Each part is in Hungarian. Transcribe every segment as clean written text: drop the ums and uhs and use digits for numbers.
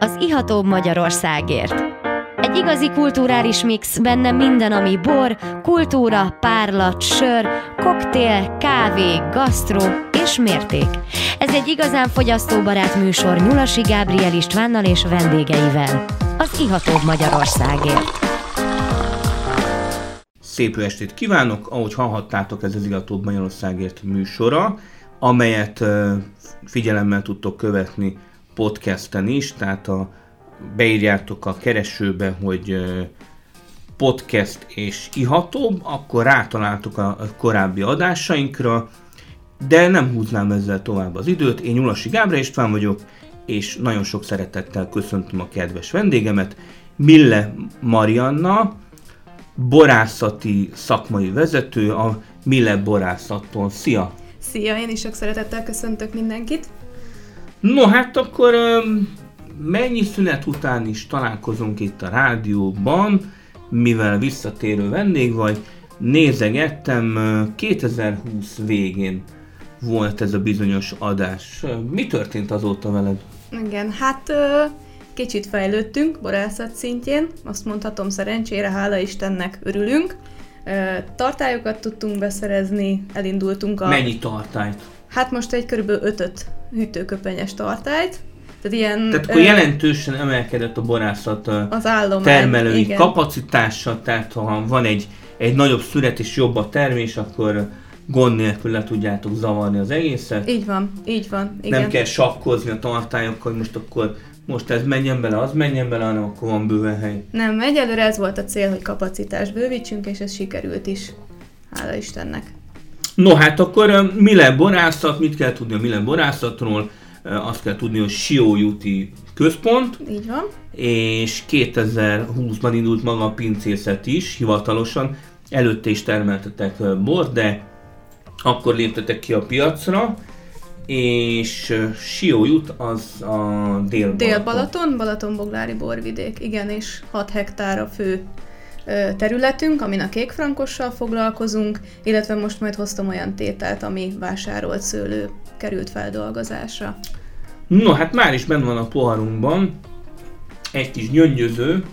az ihatóbb Magyarországért. Egy igazi kulturális mix, benne minden, ami bor, kultúra, párlat, sör, koktél, kávé, gasztró és mérték. Ez egy igazán fogyasztóbarát műsor Nyulasi Gábriel Istvánnal és vendégeivel. Az ihatóbb Magyarországért. Szép jó estét kívánok! Ahogy hallhattátok, ez az ihatóbb Magyarországért műsora, amelyet figyelemmel tudtok követni podcasten is, tehát beírjátok a keresőbe, hogy podcast és ihatóbb, akkor rátaláltok a korábbi adásainkra, de nem húznám ezzel tovább az időt. Én Nyulasi Gábriel István vagyok, és nagyon sok szeretettel köszöntöm a kedves vendégemet, Mille Marianna, borászati szakmai vezető, a Mille Borászattól. Szia! Szia, én is sok szeretettel köszöntök mindenkit. No hát akkor mennyi szünet után is találkozunk itt a rádióban, mivel visszatérő vendég vagy, nézegettem, 2020 végén volt ez a bizonyos adás. Mi történt azóta veled? Igen, hát kicsit fejlődtünk borászat szintjén, azt mondhatom, szerencsére, hála Istennek örülünk. Tartályokat tudtunk beszerezni, elindultunk Mennyi tartályt? Hát most egy kb. 5 hűtőköpenyes tartályt. Tehát akkor jelentősen emelkedett a borászat az állomány, termelői igen. kapacitása, tehát ha van egy nagyobb szület és jobb a termés, akkor gond nélkül le tudjátok zavarni az egészet. Így van, igen. Nem kell sakkozni a tartályokkal, hogy most ez menjen bele, az menjen bele, hanem akkor van bőven hely. Nem, egyelőre ez volt a cél, hogy kapacitást bővítsünk, és ez sikerült is. Hála Istennek. No hát akkor Mille Borászat, mit kell tudni a Mille Borászatról? Azt kell tudni, hogy Siólyúti központ. Így van. És 2020-ban indult maga a pincészet is, hivatalosan. Előtte is termeltetek bort, de akkor léptetek ki a piacra, és Siólyút az a Dél-Balaton, Balatonboglári borvidék, igen, és 6 hektár a fő területünk, amin a kékfrankossal foglalkozunk, illetve most majd hoztam olyan tételt, ami vásárolt szőlő került feldolgozásra. No, hát már is benne van a poharunkban egy kis gyöngyöző,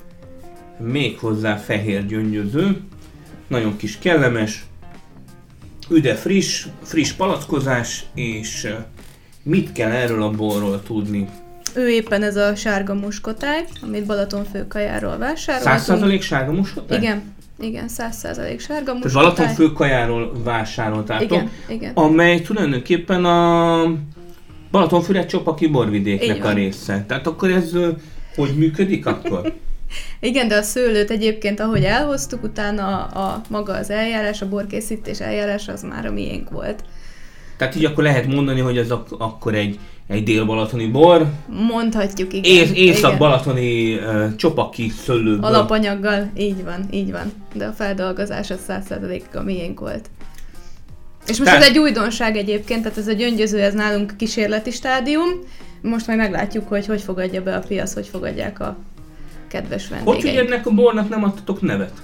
méghozzá fehér gyöngyöző, nagyon kis kellemes, üde friss palackozás, és mit kell erről a borról tudni? Ő éppen ez a sárga muskotáj, amit Balaton főkajáról vásároltunk. 100% sárga muskotáj? Igen, 100% sárga muskotáj. Tehát Balaton főkajáról vásároltátok, igen. Amely tulajdonképpen a Balatonfüred-Csopaki borvidéknek a része. Tehát akkor ez hogy működik akkor? Igen, de a szőlőt egyébként, ahogy elhoztuk, utána maga az eljárás, a borkészítés eljárás az már a miénk volt. Tehát így akkor lehet mondani, hogy ez akkor egy dél-balatoni bor. Mondhatjuk, igen. Észak-balatoni csopaki szőlőből. Alapanyaggal, így van. De a feldolgozás az 100%-a miénk volt. És most ez egy újdonság egyébként, tehát ez a gyöngyöző, ez nálunk kísérleti stádium. Most majd meglátjuk, hogy fogadja be a piac, hogy fogadják a kedves vendégeink. Hogy ennek a bornak nem adtatok nevet?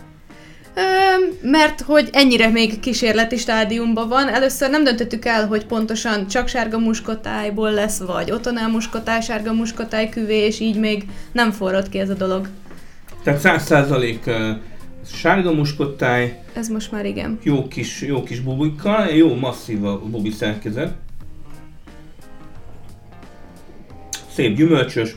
Mert hogy ennyire még kísérleti stádiumban van, először nem döntöttük el, hogy pontosan csak sárga muskotájból lesz, vagy otonel muskotáj, sárga muskotáj küvé, és így még nem forrott ki ez a dolog. Tehát 100% sárga muskotáj. Ez most már igen. Jó kis bubikkal, jó masszív a bubi szerkezet. Szép gyümölcsös.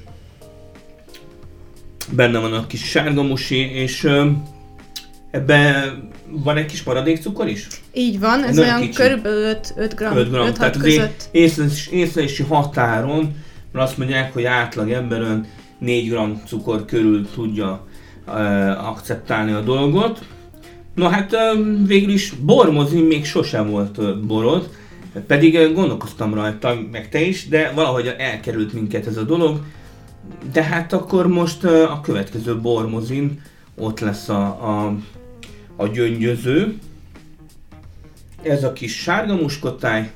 Benne van a kis sárga musi, és ebben van egy kis maradékcukor is? Így van, ez olyan körülbelül 5 g, 5-6 tehát között. Észlelési határon, mert azt mondják, hogy átlag emberön 4 g cukor körül tudja akceptálni a dolgot. No hát végül is bormozni még sosem volt borod, pedig gondolkoztam rajta, meg te is, de valahogy elkerült minket ez a dolog. De hát akkor most a következő bormozin ott lesz a gyöngyöző. Ez a kis sárga muskotáj.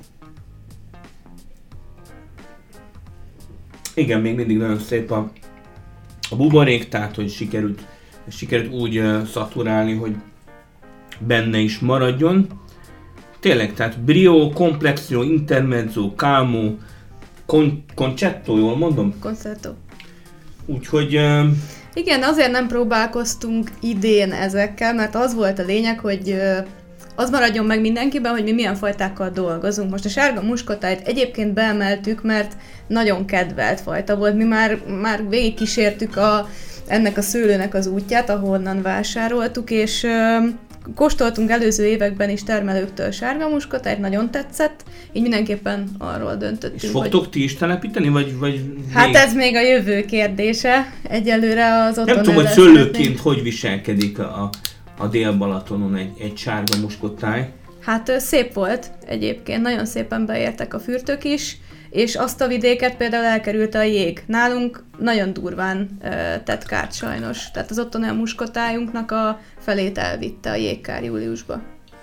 Igen, még mindig nagyon szép a buborék, tehát hogy sikerült úgy szaturálni, hogy benne is maradjon. Tényleg, tehát brio, complexio, intermezzo, calmo, concetto, jól mondom? Concetto. Úgyhogy... Igen, azért nem próbálkoztunk idén ezekkel, mert az volt a lényeg, hogy az maradjon meg mindenkiben, hogy mi milyen fajtákkal dolgozunk. Most a sárga muskotájt egyébként beemeltük, mert nagyon kedvelt fajta volt. Mi már végigkísértük ennek a szőlőnek az útját, ahonnan vásároltuk, és kóstoltunk előző években is termelőktől sárga muskotájt, nagyon tetszett, így mindenképpen arról döntöttünk. És fogtok ti is telepíteni, vagy hát még... ez még a jövő kérdése. Egyelőre az otthon. Nem tudom, hogy szőlőként hogy viselkedik a Dél-Balatonon egy sárga muskotáj. Hát szép volt egyébként, nagyon szépen beértek a fürtök is, és azt a vidéket például elkerült a jég. Nálunk nagyon durván tett kárt sajnos. Tehát az otthoni muskotájunknak a felét elvitte a jégkár júliusba.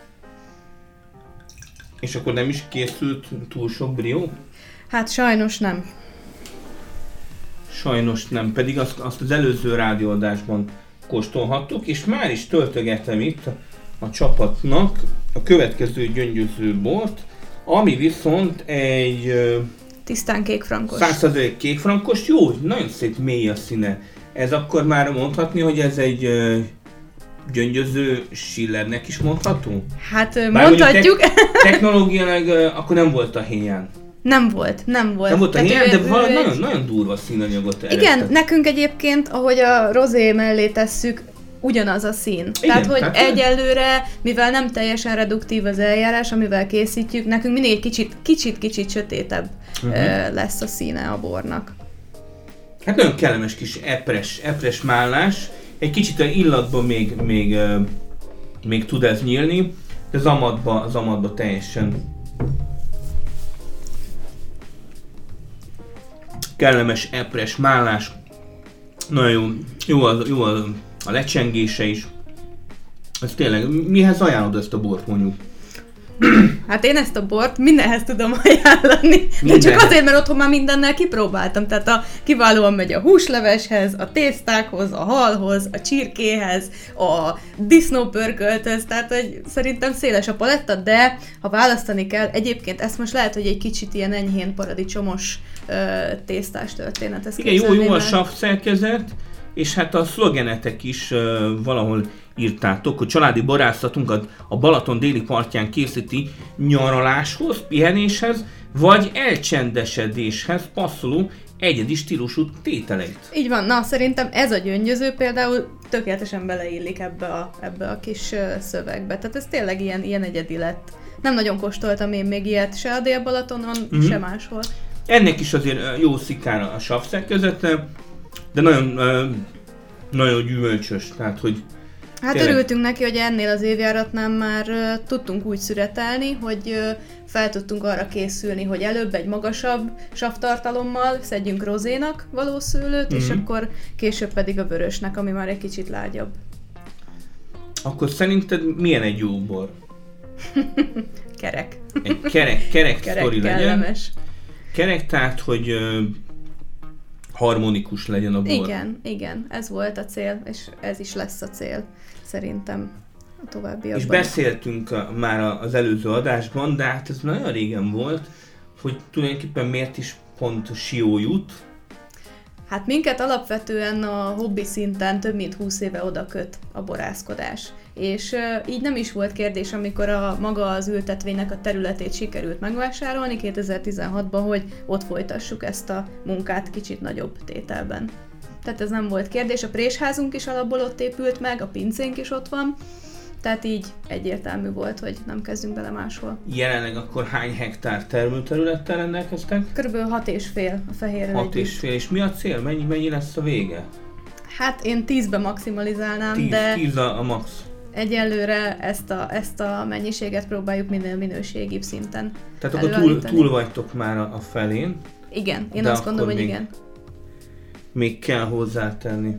És akkor nem is készült túl sok brió? Hát sajnos nem. Sajnos nem, pedig azt az előző rádióadásban kóstolhattuk, és már is töltögetem itt a csapatnak a következő gyöngyöző bort, ami viszont egy... tisztán kékfrankos. 100% kékfrankos, jó, nagyon szép mély a színe. Ez akkor már mondhatni, hogy ez egy gyöngyöző Schillernek is mondható? Hát mondhatjuk. Technológiailag akkor nem volt a héján. Nem volt. Nem volt a héján, de valami nagyon durva színanyagot eredett. Igen, nekünk egyébként, ahogy a rozé mellé tesszük, ugyanaz a szín. Igen, tehát, hogy egyelőre, mivel nem teljesen reduktív az eljárás, amivel készítjük, nekünk mindig egy kicsit sötétebb lesz a színe a bornak. Hát nagyon kellemes kis epres mállás. Egy kicsit a illatban még tud ez nyílni, de az amatba teljesen kellemes epres mállás. Nagyon jó a lecsengése is. Ez tényleg, mihez ajánlod ezt a bort mondjuk? Hát én ezt a bort mindenhez tudom ajánlani. De csak azért, mert otthon már mindennel kipróbáltam. Tehát kiválóan megy a húsleveshez, a tésztákhoz, a halhoz, a csirkéhez, a disznópörkölthöz. Tehát, hogy szerintem széles a paletta, de ha választani kell, egyébként ezt most lehet, hogy egy kicsit ilyen enyhén paradicsomos tésztás történet. Igen, jó a savszerkezet, és hát a szlogenetek is valahol írtátok, hogy családi borászatunkat a Balaton déli partján készíti nyaraláshoz, pihenéshez, vagy elcsendesedéshez passzoló egyedi stílusú tételeit. Így van, na szerintem ez a gyöngyöző például tökéletesen beleillik ebbe a kis szövegbe. Tehát ez tényleg ilyen egyedi lett. Nem nagyon kóstoltam én még ilyet se a Dél-Balatonon, se máshol. Ennek is azért jó szikára a savszerkezete, de nagyon gyümölcsös, tehát hogy... Hát tényleg. Örültünk neki, hogy ennél az évjáratnál már tudtunk úgy szüretelni, hogy fel tudtunk arra készülni, hogy előbb egy magasabb savtartalommal szedjünk rozénak való szőlőt, és akkor később pedig a vörösnek, ami már egy kicsit lágyabb. Akkor szerinted milyen egy jó bor? Kerek. Egy kerek sztori legyen. Kellemes. Kerek, tehát, hogy harmonikus legyen a bor. Igen, ez volt a cél, és ez is lesz a cél, szerintem a továbbiakban. És beszéltünk már az előző adásban, de hát ez nagyon régen volt, hogy tulajdonképpen miért is pont Sió jut. Hát minket alapvetően a hobbi szinten több mint 20 éve oda köt a borászkodás. És így nem is volt kérdés, amikor maga az ültetvénynek a területét sikerült megvásárolni 2016-ban, hogy ott folytassuk ezt a munkát kicsit nagyobb tételben. Tehát ez nem volt kérdés, a présházunk is alapból ott épült meg, a pincénk is ott van, tehát így egyértelmű volt, hogy nem kezdünk bele máshol. Jelenleg akkor hány hektár termőterülettel rendelkeztek? Körülbelül 6,5 a fehérrel 6,5, és mi a cél? Mennyi lesz a vége? Hát én 10-be maximalizálnám, 10 a max. Egyelőre ezt a mennyiséget próbáljuk minél minőségibb szinten. Tehát akkor túl vagytok már a felén. Igen, én azt gondolom, hogy igen. Még kell hozzátenni.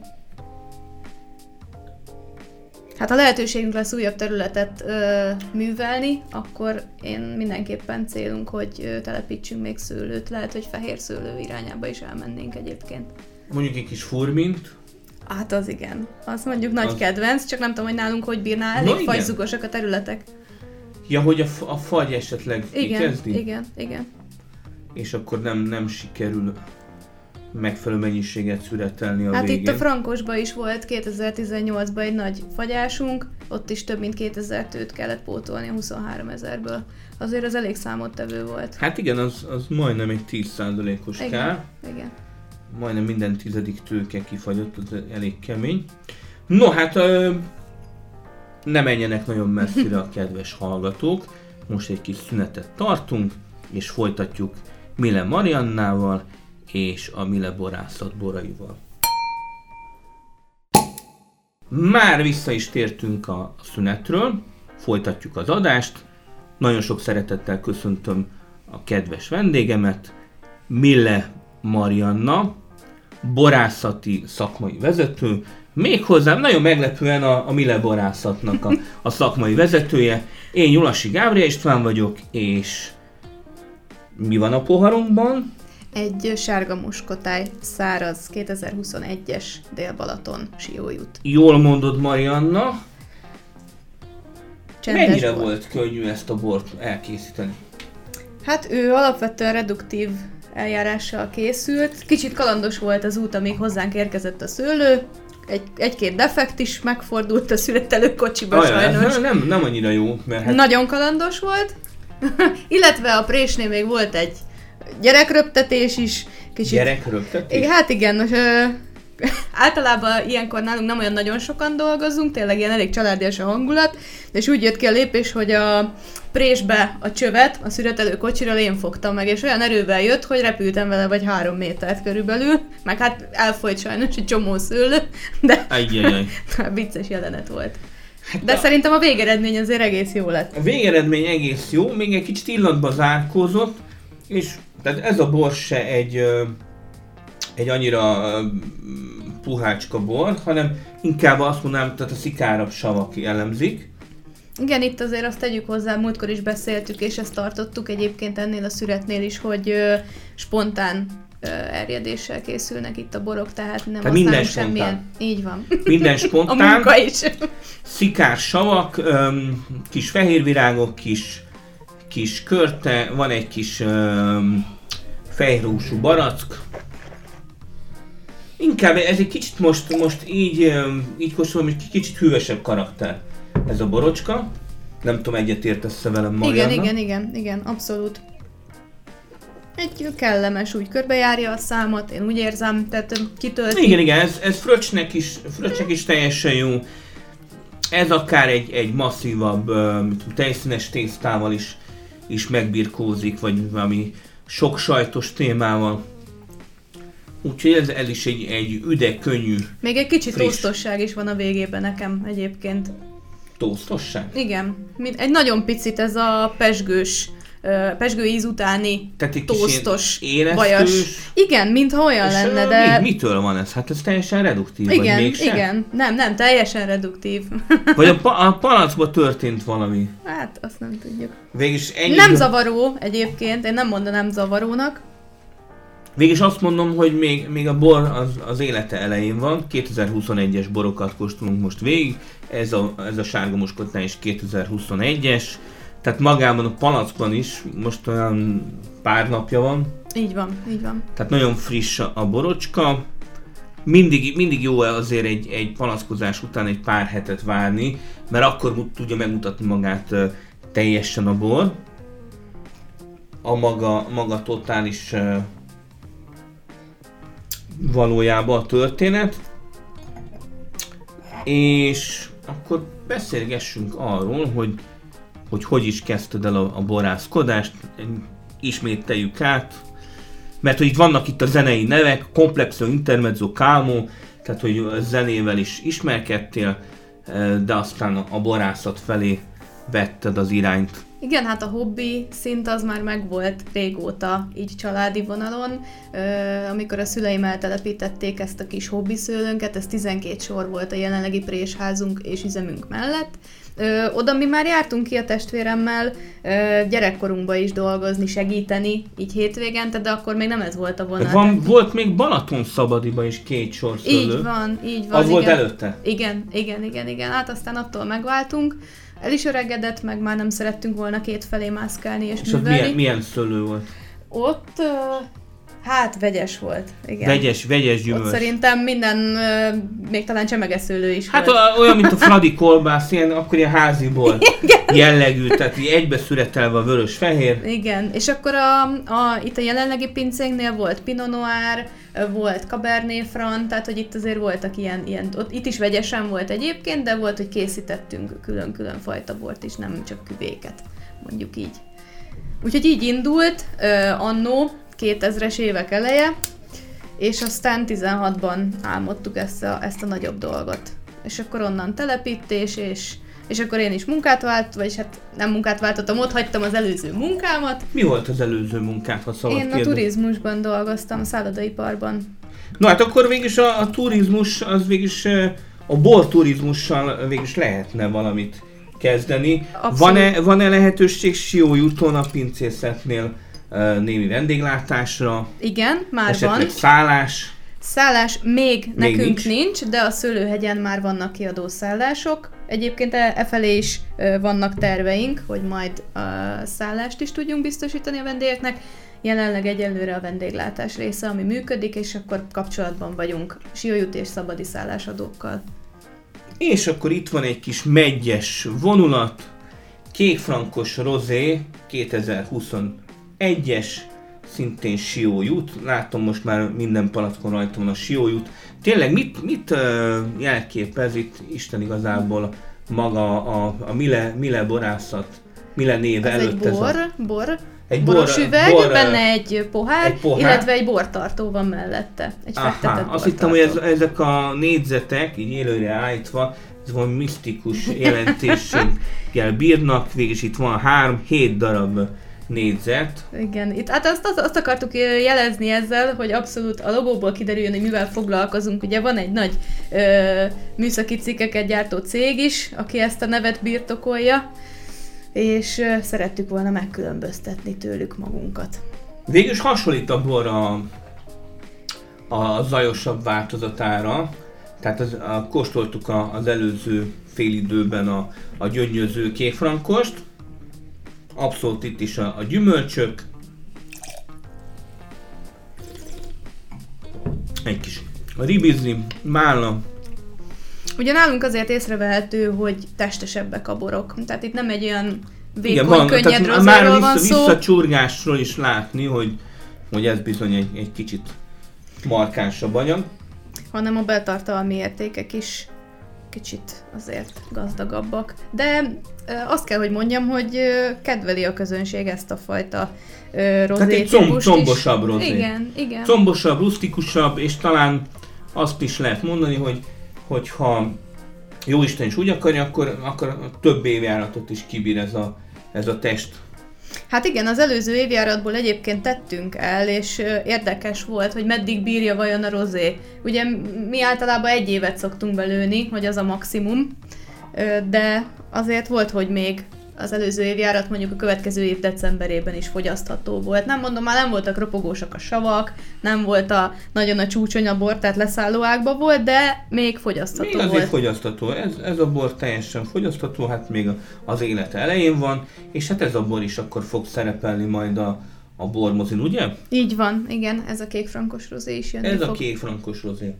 Hát ha lehetőségünk lesz újabb területet művelni, akkor én mindenképpen célunk, hogy telepítsünk még szőlőt. Lehet, hogy fehér szőlő irányába is elmennénk egyébként. Mondjuk egy kis furmint. Hát az igen. Az mondjuk nagy kedvenc, csak nem tudom, hogy nálunk hogy bírná, elég fagyzugosak a területek. Ja, hogy a fagy esetleg kikezdi? Igen. És akkor nem sikerül megfelelő mennyiséget szüretelni a hát végén. Itt a Frankosban is volt 2018-ban egy nagy fagyásunk, ott is több mint 2000 tőt kellett pótolni a 23 000-ből. Azért az elég számottevő volt. Hát igen, az majdnem egy 10%-os kár. Igen. Majdnem minden 10. tőke kifagyott, az elég kemény. No hát ne menjenek nagyon messzire a kedves hallgatók. Most egy kis szünetet tartunk, és folytatjuk Mille Mariannával és a Mille borászat boraival. Már vissza is tértünk a szünetről, folytatjuk az adást. Nagyon sok szeretettel köszöntöm a kedves vendégemet, Mille Marianna, borászati szakmai vezető, méghozzá nagyon meglepően a Mille borászatnak a szakmai vezetője. Én Nyulasi Gábriel István vagyok, és mi van a poharunkban? Egy sárga muskotáj, száraz 2021-es Dél-Balaton siójút. Jól mondod, Marianna. Csendes Mennyire bor. volt könnyű ezt a bort elkészíteni? Hát ő alapvetően reduktív eljárással készült. Kicsit kalandos volt az út, amíg hozzánk érkezett a szőlő. Egy-két defekt is megfordult a születelő kocsiba sajnos. Nem annyira jó, mert hát... Nagyon kalandos volt. Illetve a présnél még volt egy gyerekröptetés is. Kicsit... Gyerekröptetés? Hát igen, most, általában ilyenkor nálunk nem olyan nagyon sokan dolgozunk, tényleg ilyen elég családias a hangulat, és úgy jött ki a lépés, hogy a présbe a csövet a szüretelő kocsiról én fogtam meg, és olyan erővel jött, hogy repültem vele vagy 3 métert körülbelül, meg hát elfolyt sajnos egy csomó szőlő, de vicces jelenet volt. De szerintem a végeredmény azért egész jó lett. A végeredmény egész jó, még egy kicsit illatba zárkózott, és tehát ez a bor se egy annyira puhácska bor, hanem inkább azt mondanám, tehát a szikárabb savak jellemzik. Igen, itt azért azt tegyük hozzá, múltkor is beszéltük, és ezt tartottuk egyébként ennél a szüretnél is, hogy spontán erjedéssel készülnek itt a borok, tehát nem minden semmilyen. Így van. Minden spontán. A munka is. Szikár savak, kis fehérvirágok, kis körte, van egy kis fejrúsú barack. Inkább ez egy kicsit most így kóstolom, egy kicsit hűvösebb karakter ez a borocska. Nem tudom, egyetértesz velem, Marianna? Igen, abszolút. Egy kellemes, úgy körbejárja a számot, én úgy érzem, tehát kitölti. Igen, ez fröccsnek is teljesen jó. Ez akár egy masszívabb, tejszínes tésztával is megbirkózik, vagy valami sok sajtos témával. Úgyhogy ez is egy üde, könnyű, még egy kicsit friss. tosztosság is van a végében nekem egyébként. Tosztosság? Igen, egy nagyon picit ez a pezsgő íz utáni tosztos, vajas. Igen, mintha olyan és lenne, de... Mitől van ez? Hát ez teljesen reduktív, igen, vagy mégsem? Igen, nem, teljesen reduktív. Vagy a palackban történt valami? Hát, azt nem tudjuk. Végülis ennyi... Nem zavaró egyébként, én nem mondanám zavarónak. Végülis azt mondom, hogy még a bor az élete elején van, 2021-es borokat kóstolunk most végig, ez a sárga muskotáj is 2021-es, tehát magában a palackban is most olyan pár napja van. Így van. Tehát nagyon friss a borocska, mindig jó azért egy palackozás után egy pár hetet várni, mert akkor tudja megmutatni magát teljesen a bor, a maga totális valójában a történet, és akkor beszélgessünk arról, hogy is kezdted el a borászkodást, ismételjük át, mert hogy itt vannak itt a zenei nevek, Complexo, Intermezzo, Calmo, tehát hogy zenével is ismerkedtél, de aztán a borászat felé vetted az irányt. Igen, hát a hobbi szint az már megvolt régóta, így családi vonalon. Amikor a szüleim eltelepítették ezt a kis hobbiszőlőnket, ez 12 sor volt a jelenlegi présházunk és üzemünk mellett. Oda mi már jártunk ki a testvéremmel gyerekkorunkban is dolgozni, segíteni, így hétvégente, de akkor még nem ez volt a vonal. Volt még Balatonszabadiba is 2 sor szőlő. Így van. Az volt előtte? Igen. Hát aztán attól megváltunk. El is öregedett, meg már nem szerettünk volna kétfelé mászkálni és művelni. És ott milyen szőlő volt? Ott, Hát vegyes volt, igen. Vegyes gyümölcs. Ott szerintem minden, még talán csemegeszőlő is hát volt. olyan, mint a Fradi kolbász, akkor ilyen háziból jellegű, tehát így egybeszüretelve a vörös-fehér. Igen, és akkor itt a jelenlegi pincénknél volt Pinot Noir, volt Cabernet Franc, tehát hogy itt azért voltak ilyen itt is vegyesen volt egyébként, de volt, hogy készítettünk külön-külön fajta bort is, nem csak küvéket, mondjuk így. Úgyhogy így indult annó, 2000-es évek eleje, és aztán 16-ban álmodtuk ezt a nagyobb dolgot. És akkor onnan telepítés, és akkor én is munkát váltottam, vagyis hát nem munkát váltottam, ott hagytam az előző munkámat. Mi volt az előző munkát, ha szabad kérdezni? Én a turizmusban dolgoztam, a szállodaiparban. No hát akkor végülis a turizmus, az végülis a borturizmussal végülis lehetne valamit kezdeni. Van-e lehetőség Siólyúton a pincészetnél némi vendéglátásra? Igen, már esetleg van. Szállás még nekünk nincs, de a Szőlőhegyen már vannak kiadó szállások. Egyébként efelé is vannak terveink, hogy majd szállást is tudjunk biztosítani a vendégeknek. Jelenleg egyelőre a vendéglátás része, ami működik, és akkor kapcsolatban vagyunk Siólyút és szabadi szállásadókkal. És akkor itt van egy kis meggyes vonulat, kékfrankos rozé, 2021-es, szintén Siólyút. Látom most már minden palackon rajta van a Siólyút. Tényleg mit jelképez itt Isten igazából maga a Mille borászat, Mille név előtt? Ez egy boros üveg, benne egy pohár, illetve egy bortartó van mellette. Egy fektetett bortartó. Azt hittem, hogy ezek a négyzetek, így élőre állítva, ez valami misztikus jelentéssel bírnak, végülis itt van 7 darab négyzet. Igen, itt hát azt akartuk jelezni ezzel, hogy abszolút a logóból kiderüljön, hogy mivel foglalkozunk. Ugye van egy nagy műszaki cikkeket gyártó cég is, aki ezt a nevet birtokolja, és szerettük volna megkülönböztetni tőlük magunkat. Végülis hasonlít a bor a zajosabb változatára, tehát kóstoltuk az előző félidőben a gyöngyöző kékfrankost, abszolút itt is a gyümölcsök, egy kis ribizli, málna. Ugye nálunk azért észrevehető, hogy testesebbek a borok, tehát itt nem egy olyan vékony, könnyed rozéról van szó. Visszacsurgásról is látni, hogy ez bizony egy kicsit markánsabb anyag. Hanem a beltartalmi értékek is kicsit azért gazdagabbak. De azt kell, hogy mondjam, hogy kedveli a közönség ezt a fajta rozé típust is. Combosabb rozé. Igen. Combosabb, rustikusabb, és talán azt is lehet mondani, hogyha jóisten is úgy akarja, akkor több évjáratot is kibír ez a test. Hát igen, az előző évjáratból egyébként tettünk el, és érdekes volt, hogy meddig bírja vajon a rozé. Ugye mi általában 1 évet szoktunk belőni, hogy az a maximum, de azért volt, hogy még az előző évjárat mondjuk a következő év decemberében is fogyasztható volt. Nem mondom, már nem voltak ropogósak a savak, nem volt nagyon a csúcsony a bor, tehát leszálló ágba volt, de még fogyasztható volt. Még azért fogyasztható. Ez a bor teljesen fogyasztható, hát még az élete elején van, és hát ez a bor is akkor fog szerepelni majd a bormozin, ugye? Így van, igen, ez a kékfrankos rozé is jönni fog. Ez a kékfrankos rozé.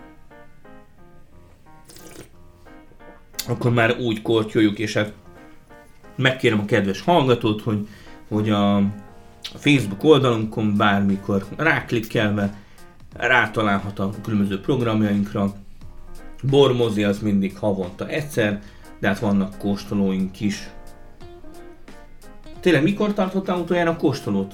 Akkor már úgy kortyoljuk, és hát megkérem a kedves hallgatót, hogy a Facebook oldalunkon bármikor ráklikkelve rátalálhat a különböző programjainkra. Bormozi az mindig havonta egyszer, de hát vannak kóstolóink is. Tényleg mikor tartottál utoljára a kóstolót?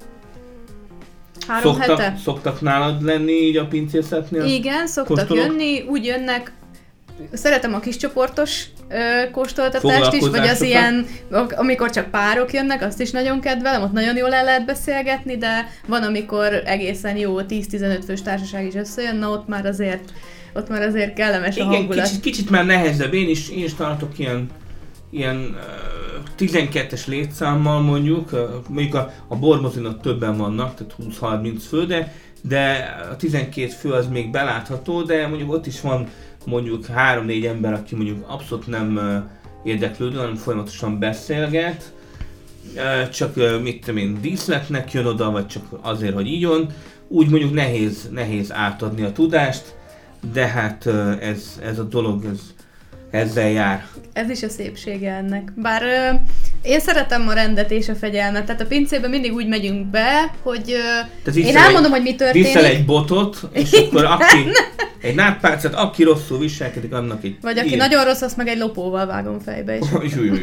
3 hete. Szoktak nálad lenni így a pincészetnél? Igen, szoktak kóstolók? Jönni, úgy jönnek. Szeretem a kiscsoportos kóstoltatást is, vagy az ilyen, amikor csak párok jönnek, azt is nagyon kedvelem, ott nagyon jól el lehet beszélgetni, de van, amikor egészen jó 10-15 fős társaság is összejön, na ott már azért kellemes a hangulat. Igen, kicsit már nehezebb, én is tartok ilyen 12-es létszámmal mondjuk a bormozinat többen vannak, tehát 20-30 fő, de a 12 fő az még belátható, de mondjuk ott is van mondjuk 3-4 ember, aki mondjuk abszolút nem érdeklődő, hanem folyamatosan beszélget, csak mit tudom én, díszletnek jön oda, vagy csak azért, hogy így jön, úgy mondjuk nehéz átadni a tudást, de hát ez a dolog, ezzel jár. Ez is a szépsége ennek. Bár én szeretem a rendet és a fegyelmet, tehát a pincében mindig úgy megyünk be, hogy én elmondom, hogy mi történik. Viszel egy botot, és akkor egy nádpálcát, aki rosszul viselkedik, annak egy... Vagy aki nagyon rossz, azt meg egy lopóval vágom fejbe is.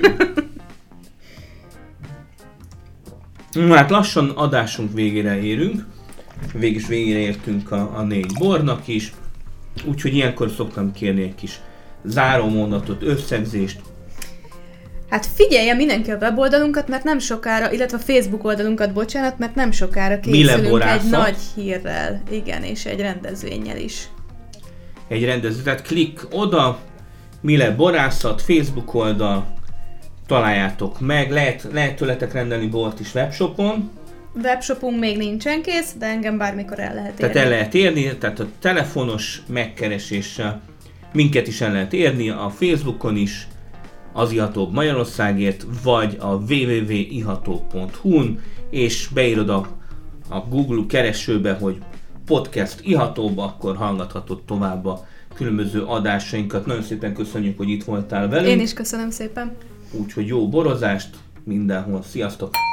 Hát lassan adásunk végére érünk. Végére értünk a 4 bornak is. Úgyhogy ilyenkor szoktam kérni egy kis zárómondatot, összegzést. Hát figyelje mindenki a weboldalunkat, mert nem sokára, illetve a Facebook oldalunkat, bocsánat, mert nem sokára készülünk egy nagy hírrel. Igen, és egy rendezvénnyel is. Egy rendezvény, tehát klikk oda, Mille Borászat, Facebook oldal, találjátok meg, lehet tőletek rendelni bort is webshopon. Webshopunk még nincsen kész, de engem bármikor el lehet érni. Tehát el lehet érni, tehát a telefonos megkereséssel minket is el lehet érni, a Facebookon is, az Ihatóbb Magyarországért, vagy a www.ihatóbb.hu-n, és beírod a Google keresőbe, hogy podcast Ihatóbb, akkor hallgathatod tovább a különböző adásainkat. Nagyon szépen köszönjük, hogy itt voltál velünk. Én is köszönöm szépen. Úgyhogy jó borozást mindenhol. Sziasztok!